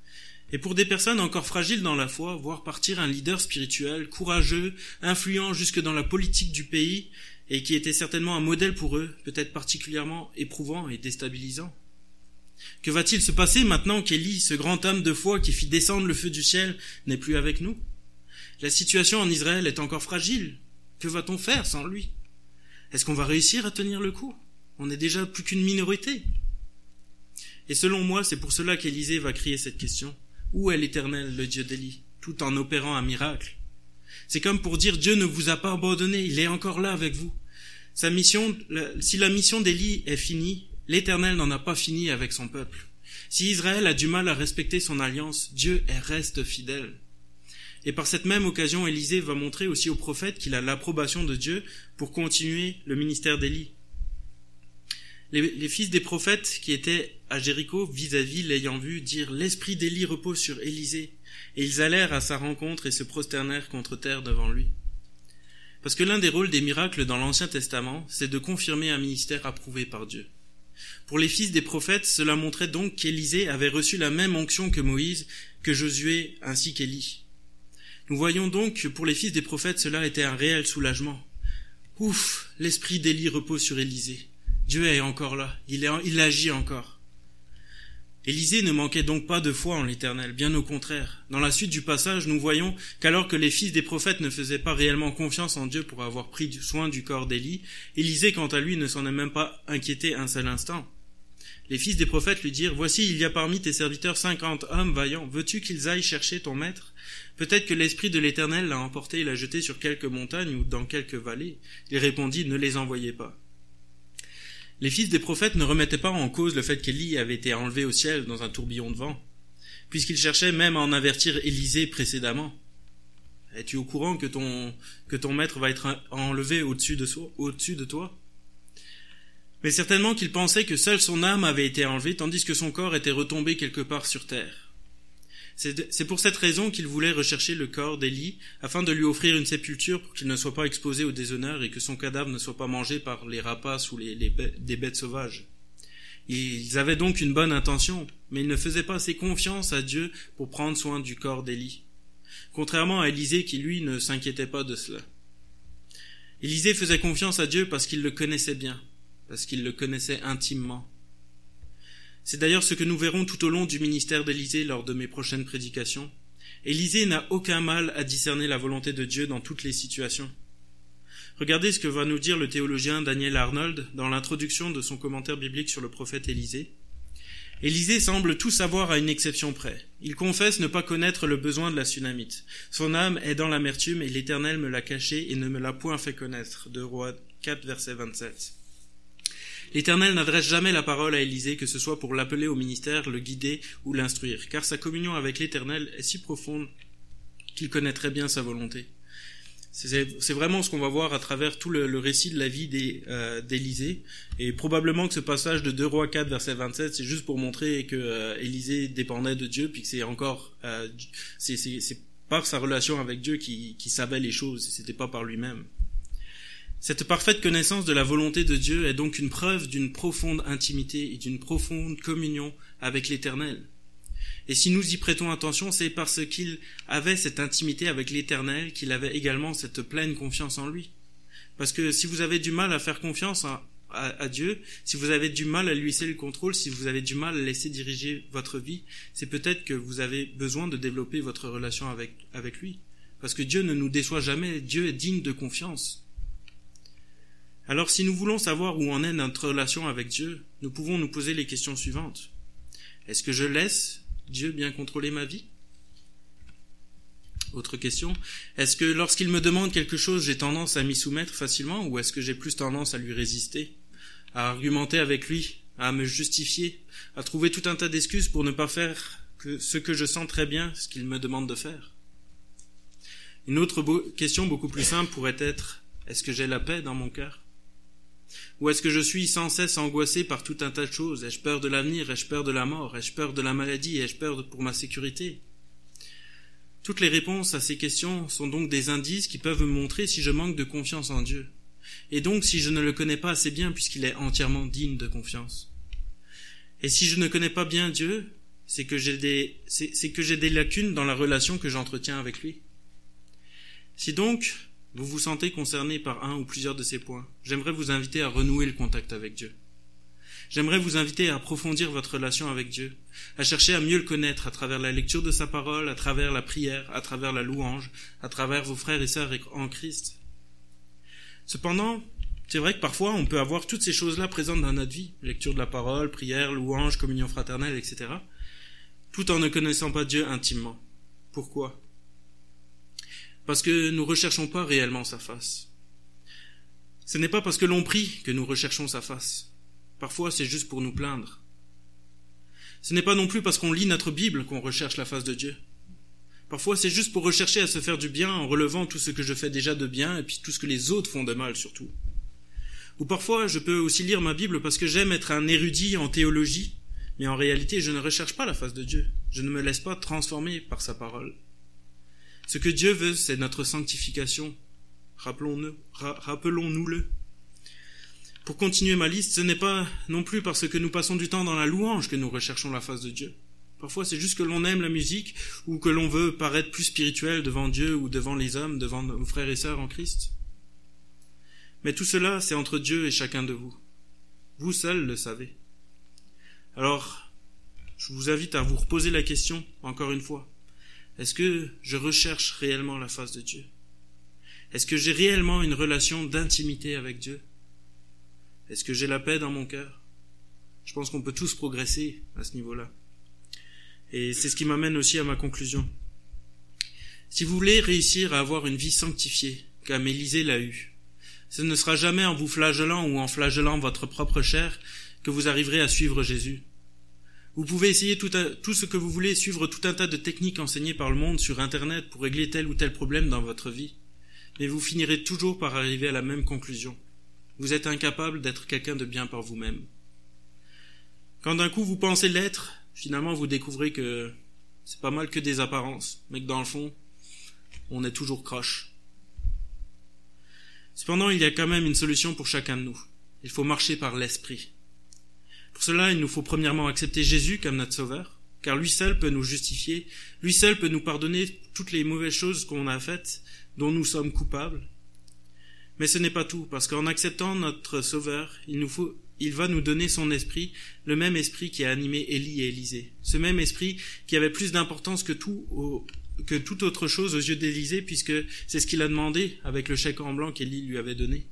Et pour des personnes encore fragiles dans la foi, voir partir un leader spirituel, courageux, influent jusque dans la politique du pays, et qui était certainement un modèle pour eux, peut être particulièrement éprouvant et déstabilisant. Que va-t-il se passer maintenant qu'Élie, ce grand homme de foi qui fit descendre le feu du ciel, n'est plus avec nous? La situation en Israël est encore fragile. Que va-t-on faire sans lui? Est-ce qu'on va réussir à tenir le coup? On n'est déjà plus qu'une minorité. Et selon moi, c'est pour cela qu'Élisée va crier cette question. Où est l'Éternel, le Dieu d'Élie, tout en opérant un miracle? C'est comme pour dire Dieu ne vous a pas abandonné, il est encore là avec vous. Sa mission, si la mission d'Élie est finie, l'Éternel n'en a pas fini avec son peuple. Si Israël a du mal à respecter son alliance, Dieu reste fidèle. Et par cette même occasion, Élisée va montrer aussi au prophète qu'il a l'approbation de Dieu pour continuer le ministère d'Élie. Les, les fils des prophètes qui étaient à Jéricho vis-à-vis l'ayant vu dire « L'esprit d'Élie repose sur Élisée ». Et ils allèrent à sa rencontre et se prosternèrent contre terre devant lui. Parce que l'un des rôles des miracles dans l'Ancien Testament, c'est de confirmer un ministère approuvé par Dieu. Pour les fils des prophètes, cela montrait donc qu'Élisée avait reçu la même onction que Moïse, que Josué ainsi qu'Élie. Nous voyons donc que pour les fils des prophètes, cela était un réel soulagement. Ouf, l'esprit d'Élie repose sur Élisée. Dieu est encore là, il, est, il agit encore. Élisée ne manquait donc pas de foi en l'Éternel, bien au contraire. Dans la suite du passage, nous voyons qu'alors que les fils des prophètes ne faisaient pas réellement confiance en Dieu pour avoir pris soin du corps d'Élie, Élisée, quant à lui, ne s'en est même pas inquiété un seul instant. Les fils des prophètes lui dirent « Voici, il y a parmi tes serviteurs cinquante hommes vaillants. Veux-tu qu'ils aillent chercher ton maître? Peut-être que l'esprit de l'Éternel l'a emporté et l'a jeté sur quelques montagnes ou dans quelques vallées. » Il répondit « Ne les envoyez pas. » Les fils des prophètes ne remettaient pas en cause le fait qu'Élie avait été enlevé au ciel dans un tourbillon de vent, puisqu'ils cherchaient même à en avertir Élisée précédemment. « Es-tu au courant que ton, que ton maître va être enlevé au-dessus de, au-dessus de toi ?» Mais certainement qu'il pensait que seule son âme avait été enlevée, tandis que son corps était retombé quelque part sur terre. C'est, c'est pour cette raison qu'il voulait rechercher le corps d'Élie, afin de lui offrir une sépulture pour qu'il ne soit pas exposé au déshonneur et que son cadavre ne soit pas mangé par les rapaces ou les, les bêtes, des bêtes sauvages. Ils avaient donc une bonne intention, mais ils ne faisaient pas assez confiance à Dieu pour prendre soin du corps d'Élie. Contrairement à Élisée qui, lui, ne s'inquiétait pas de cela. Élisée faisait confiance à Dieu parce qu'il le connaissait bien, parce qu'il le connaissait intimement. C'est d'ailleurs ce que nous verrons tout au long du ministère d'Élisée lors de mes prochaines prédications. Élisée n'a aucun mal à discerner la volonté de Dieu dans toutes les situations. Regardez ce que va nous dire le théologien Daniel Arnold dans l'introduction de son commentaire biblique sur le prophète Élisée. Élisée semble tout savoir à une exception près. Il confesse ne pas connaître le besoin de la Sunamite. Son âme est dans l'amertume et l'Éternel me l'a caché et ne me l'a point fait connaître. Deux Rois quatre, verset vingt-sept. L'Éternel n'adresse jamais la parole à Élisée, que ce soit pour l'appeler au ministère, le guider ou l'instruire, car sa communion avec l'Éternel est si profonde qu'il connaît très bien sa volonté. C'est, c'est vraiment ce qu'on va voir à travers tout le, le récit de la vie des, euh, d'Élisée, et probablement que ce passage de deux Rois quatre, verset vingt-sept, c'est juste pour montrer que euh, Élisée dépendait de Dieu, puis que c'est encore, euh, c'est, c'est, c'est par sa relation avec Dieu qui, qui savait les choses, c'était pas par lui-même. Cette parfaite connaissance de la volonté de Dieu est donc une preuve d'une profonde intimité et d'une profonde communion avec l'Éternel. Et si nous y prêtons attention, c'est parce qu'il avait cette intimité avec l'Éternel qu'il avait également cette pleine confiance en lui. Parce que si vous avez du mal à faire confiance à, à, à Dieu, si vous avez du mal à lui laisser le contrôle, si vous avez du mal à laisser diriger votre vie, c'est peut-être que vous avez besoin de développer votre relation avec, avec lui. Parce que Dieu ne nous déçoit jamais, Dieu est digne de confiance. Alors si nous voulons savoir où en est notre relation avec Dieu, nous pouvons nous poser les questions suivantes. Est-ce que je laisse Dieu bien contrôler ma vie? Autre question, est-ce que lorsqu'il me demande quelque chose, j'ai tendance à m'y soumettre facilement ou est-ce que j'ai plus tendance à lui résister, à argumenter avec lui, à me justifier, à trouver tout un tas d'excuses pour ne pas faire que ce que je sens très bien, ce qu'il me demande de faire? Une autre bo- question beaucoup plus simple pourrait être, est-ce que j'ai la paix dans mon cœur? Ou est-ce que je suis sans cesse angoissé par tout un tas de choses? Ai-je peur de l'avenir? Ai-je peur de la mort? Ai-je peur de la maladie? Ai-je peur pour ma sécurité? Toutes les réponses à ces questions sont donc des indices qui peuvent me montrer si je manque de confiance en Dieu. Et donc si je ne le connais pas assez bien puisqu'il est entièrement digne de confiance. Et si je ne connais pas bien Dieu, c'est que j'ai des, c'est, c'est que j'ai des lacunes dans la relation que j'entretiens avec lui. Si donc vous vous sentez concerné par un ou plusieurs de ces points, j'aimerais vous inviter à renouer le contact avec Dieu. J'aimerais vous inviter à approfondir votre relation avec Dieu, à chercher à mieux le connaître à travers la lecture de sa parole, à travers la prière, à travers la louange, à travers vos frères et sœurs en Christ. Cependant, c'est vrai que parfois on peut avoir toutes ces choses-là présentes dans notre vie, lecture de la parole, prière, louange, communion fraternelle, et cetera, tout en ne connaissant pas Dieu intimement. Pourquoi ? Parce que nous ne recherchons pas réellement sa face. Ce n'est pas parce que l'on prie que nous recherchons sa face. Parfois, c'est juste pour nous plaindre. Ce n'est pas non plus parce qu'on lit notre Bible qu'on recherche la face de Dieu. Parfois, c'est juste pour rechercher à se faire du bien en relevant tout ce que je fais déjà de bien et puis tout ce que les autres font de mal surtout. Ou parfois, je peux aussi lire ma Bible parce que j'aime être un érudit en théologie, mais en réalité, je ne recherche pas la face de Dieu. Je ne me laisse pas transformer par sa parole. Ce que Dieu veut, c'est notre sanctification. Rappelons-nous, ra- rappelons-nous-le. Pour continuer ma liste, ce n'est pas non plus parce que nous passons du temps dans la louange que nous recherchons la face de Dieu. Parfois, c'est juste que l'on aime la musique ou que l'on veut paraître plus spirituel devant Dieu ou devant les hommes, devant nos frères et sœurs en Christ. Mais tout cela, c'est entre Dieu et chacun de vous. Vous seuls le savez. Alors, je vous invite à vous reposer la question, encore une fois. Est-ce que je recherche réellement la face de Dieu ? Est-ce que j'ai réellement une relation d'intimité avec Dieu ? Est-ce que j'ai la paix dans mon cœur ? Je pense qu'on peut tous progresser à ce niveau-là. Et c'est ce qui m'amène aussi à ma conclusion. Si vous voulez réussir à avoir une vie sanctifiée, comme Élisée l'a eu, ce ne sera jamais en vous flagellant ou en flagellant votre propre chair que vous arriverez à suivre Jésus. Vous pouvez essayer tout, à, tout ce que vous voulez, suivre tout un tas de techniques enseignées par le monde sur Internet pour régler tel ou tel problème dans votre vie. Mais vous finirez toujours par arriver à la même conclusion. Vous êtes incapable d'être quelqu'un de bien par vous-même. Quand d'un coup vous pensez l'être, finalement vous découvrez que c'est pas mal que des apparences, mais que dans le fond, on est toujours croche. Cependant, il y a quand même une solution pour chacun de nous. Il faut marcher par l'esprit. Pour cela, il nous faut premièrement accepter Jésus comme notre sauveur, car lui seul peut nous justifier, lui seul peut nous pardonner toutes les mauvaises choses qu'on a faites, dont nous sommes coupables. Mais ce n'est pas tout, parce qu'en acceptant notre Sauveur, il nous faut, il va nous donner son esprit, le même esprit qui a animé Élie et Élisée. Ce même esprit qui avait plus d'importance que tout, au, que toute autre chose aux yeux d'Élisée, puisque c'est ce qu'il a demandé avec le chèque en blanc qu'Élie lui avait donné.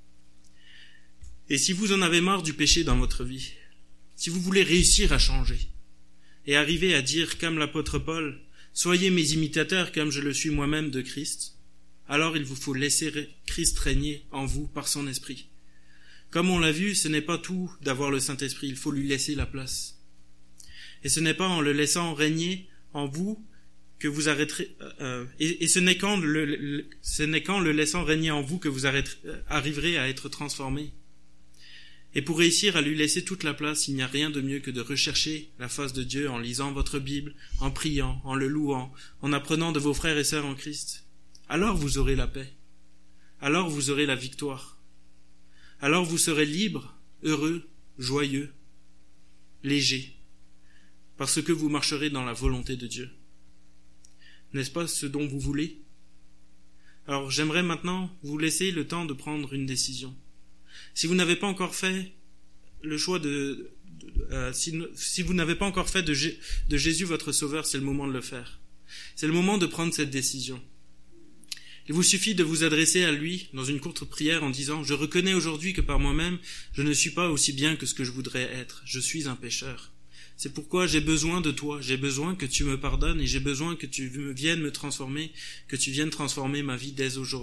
Et si vous en avez marre du péché dans votre vie, si vous voulez réussir à changer, et arriver à dire comme l'apôtre Paul, « Soyez mes imitateurs comme je le suis moi-même de Christ », alors il vous faut laisser Christ régner en vous par son esprit. Comme on l'a vu, ce n'est pas tout d'avoir le Saint-Esprit, il faut lui laisser la place. Et ce n'est pas en le laissant régner en vous que vous arrêterez, euh, et, et ce n'est qu'en le, le, ce n'est qu'en le laissant régner en vous que vous arrêterez, euh, arriverez à être transformés. Et pour réussir à lui laisser toute la place, il n'y a rien de mieux que de rechercher la face de Dieu en lisant votre Bible, en priant, en le louant, en apprenant de vos frères et sœurs en Christ. Alors vous aurez la paix. Alors vous aurez la victoire. Alors vous serez libre, heureux, joyeux, léger, parce que vous marcherez dans la volonté de Dieu. N'est-ce pas ce dont vous voulez ? Alors j'aimerais maintenant vous laisser le temps de prendre une décision. Si vous n'avez pas encore fait le choix de... de euh, si, si vous n'avez pas encore fait de, de Jésus votre Sauveur, c'est le moment de le faire. C'est le moment de prendre cette décision. Il vous suffit de vous adresser à lui dans une courte prière en disant « Je reconnais aujourd'hui que par moi-même, je ne suis pas aussi bien que ce que je voudrais être. Je suis un pécheur. C'est pourquoi j'ai besoin de toi. J'ai besoin que tu me pardonnes et j'ai besoin que tu viennes me transformer, que tu viennes transformer ma vie dès aujourd'hui. »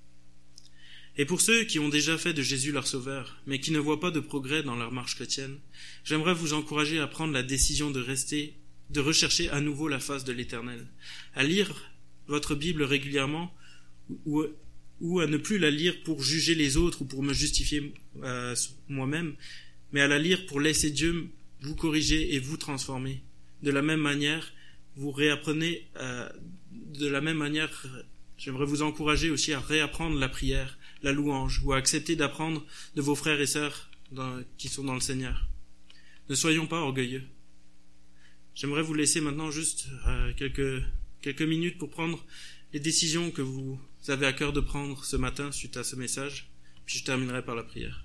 Et pour ceux qui ont déjà fait de Jésus leur sauveur, mais qui ne voient pas de progrès dans leur marche chrétienne, j'aimerais vous encourager à prendre la décision de rester, de rechercher à nouveau la face de l'Éternel, à lire votre Bible régulièrement ou, ou à ne plus la lire pour juger les autres ou pour me justifier euh, moi-même, mais à la lire pour laisser Dieu vous corriger et vous transformer. De la même manière, vous réapprenez, euh, de la même manière, j'aimerais vous encourager aussi à réapprendre la prière, la louange, ou à accepter d'apprendre de vos frères et sœurs dans, qui sont dans le Seigneur. Ne soyons pas orgueilleux. j'aimerais vous laisser maintenant juste euh, quelques, quelques minutes pour prendre les décisions que vous avez à cœur de prendre ce matin suite à ce message, puis je terminerai par la prière.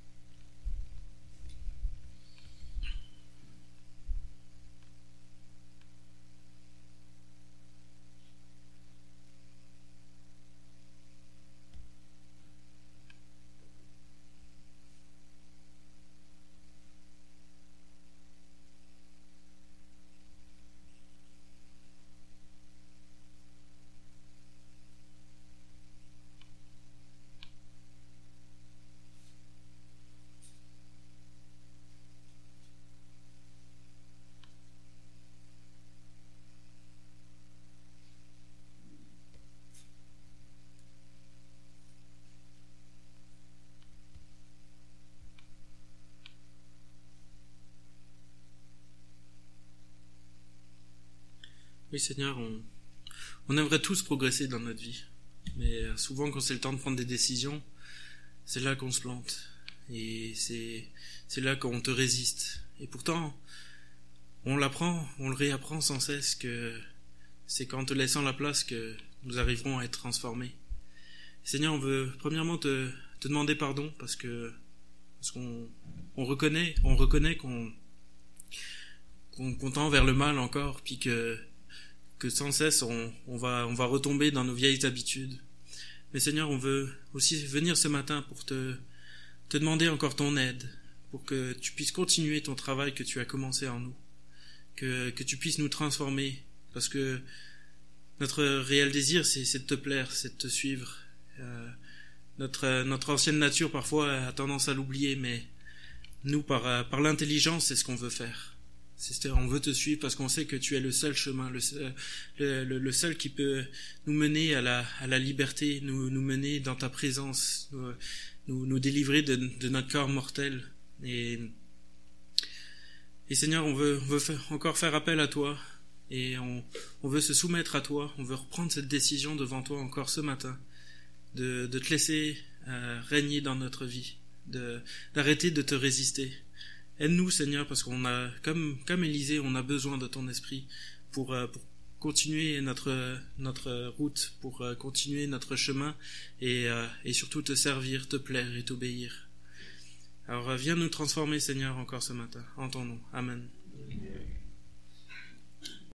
Oui Seigneur, on, on aimerait tous progresser dans notre vie, mais souvent quand c'est le temps de prendre des décisions, c'est là qu'on se plante, et c'est, c'est là qu'on te résiste. Et pourtant, on l'apprend, on le réapprend sans cesse que c'est qu'en te laissant la place que nous arriverons à être transformés. Seigneur, on veut premièrement te, te demander pardon parce que parce qu'on on reconnaît, on reconnaît qu'on, qu'on, qu'on tend vers le mal encore, puis que que sans cesse on, on va on va retomber dans nos vieilles habitudes. Mais Seigneur, on veut aussi venir ce matin pour te te demander encore ton aide, pour que tu puisses continuer ton travail que tu as commencé en nous, que que tu puisses nous transformer, parce que notre réel désir c'est c'est de te plaire, c'est de te suivre. Euh, notre notre ancienne nature parfois a tendance à l'oublier, mais nous par par l'intelligence c'est ce qu'on veut faire. C'est, on veut te suivre parce qu'on sait que tu es le seul chemin, le, le, le, le seul qui peut nous mener à la, à la liberté, nous, nous mener dans ta présence, nous, nous, nous délivrer de, de notre corps mortel. Et, et Seigneur, on veut, on veut faire, encore faire appel à toi et on, on veut se soumettre à toi, on veut reprendre cette décision devant toi encore ce matin, de, de te laisser euh, régner dans notre vie, de, d'arrêter de te résister. Aide-nous, Seigneur, parce qu'on a, comme, comme Élisée, on a besoin de ton esprit pour, euh, pour continuer notre, notre route, pour euh, continuer notre chemin et, euh, et surtout te servir, te plaire et t'obéir. Alors, viens nous transformer, Seigneur, encore ce matin. En ton nom. Amen.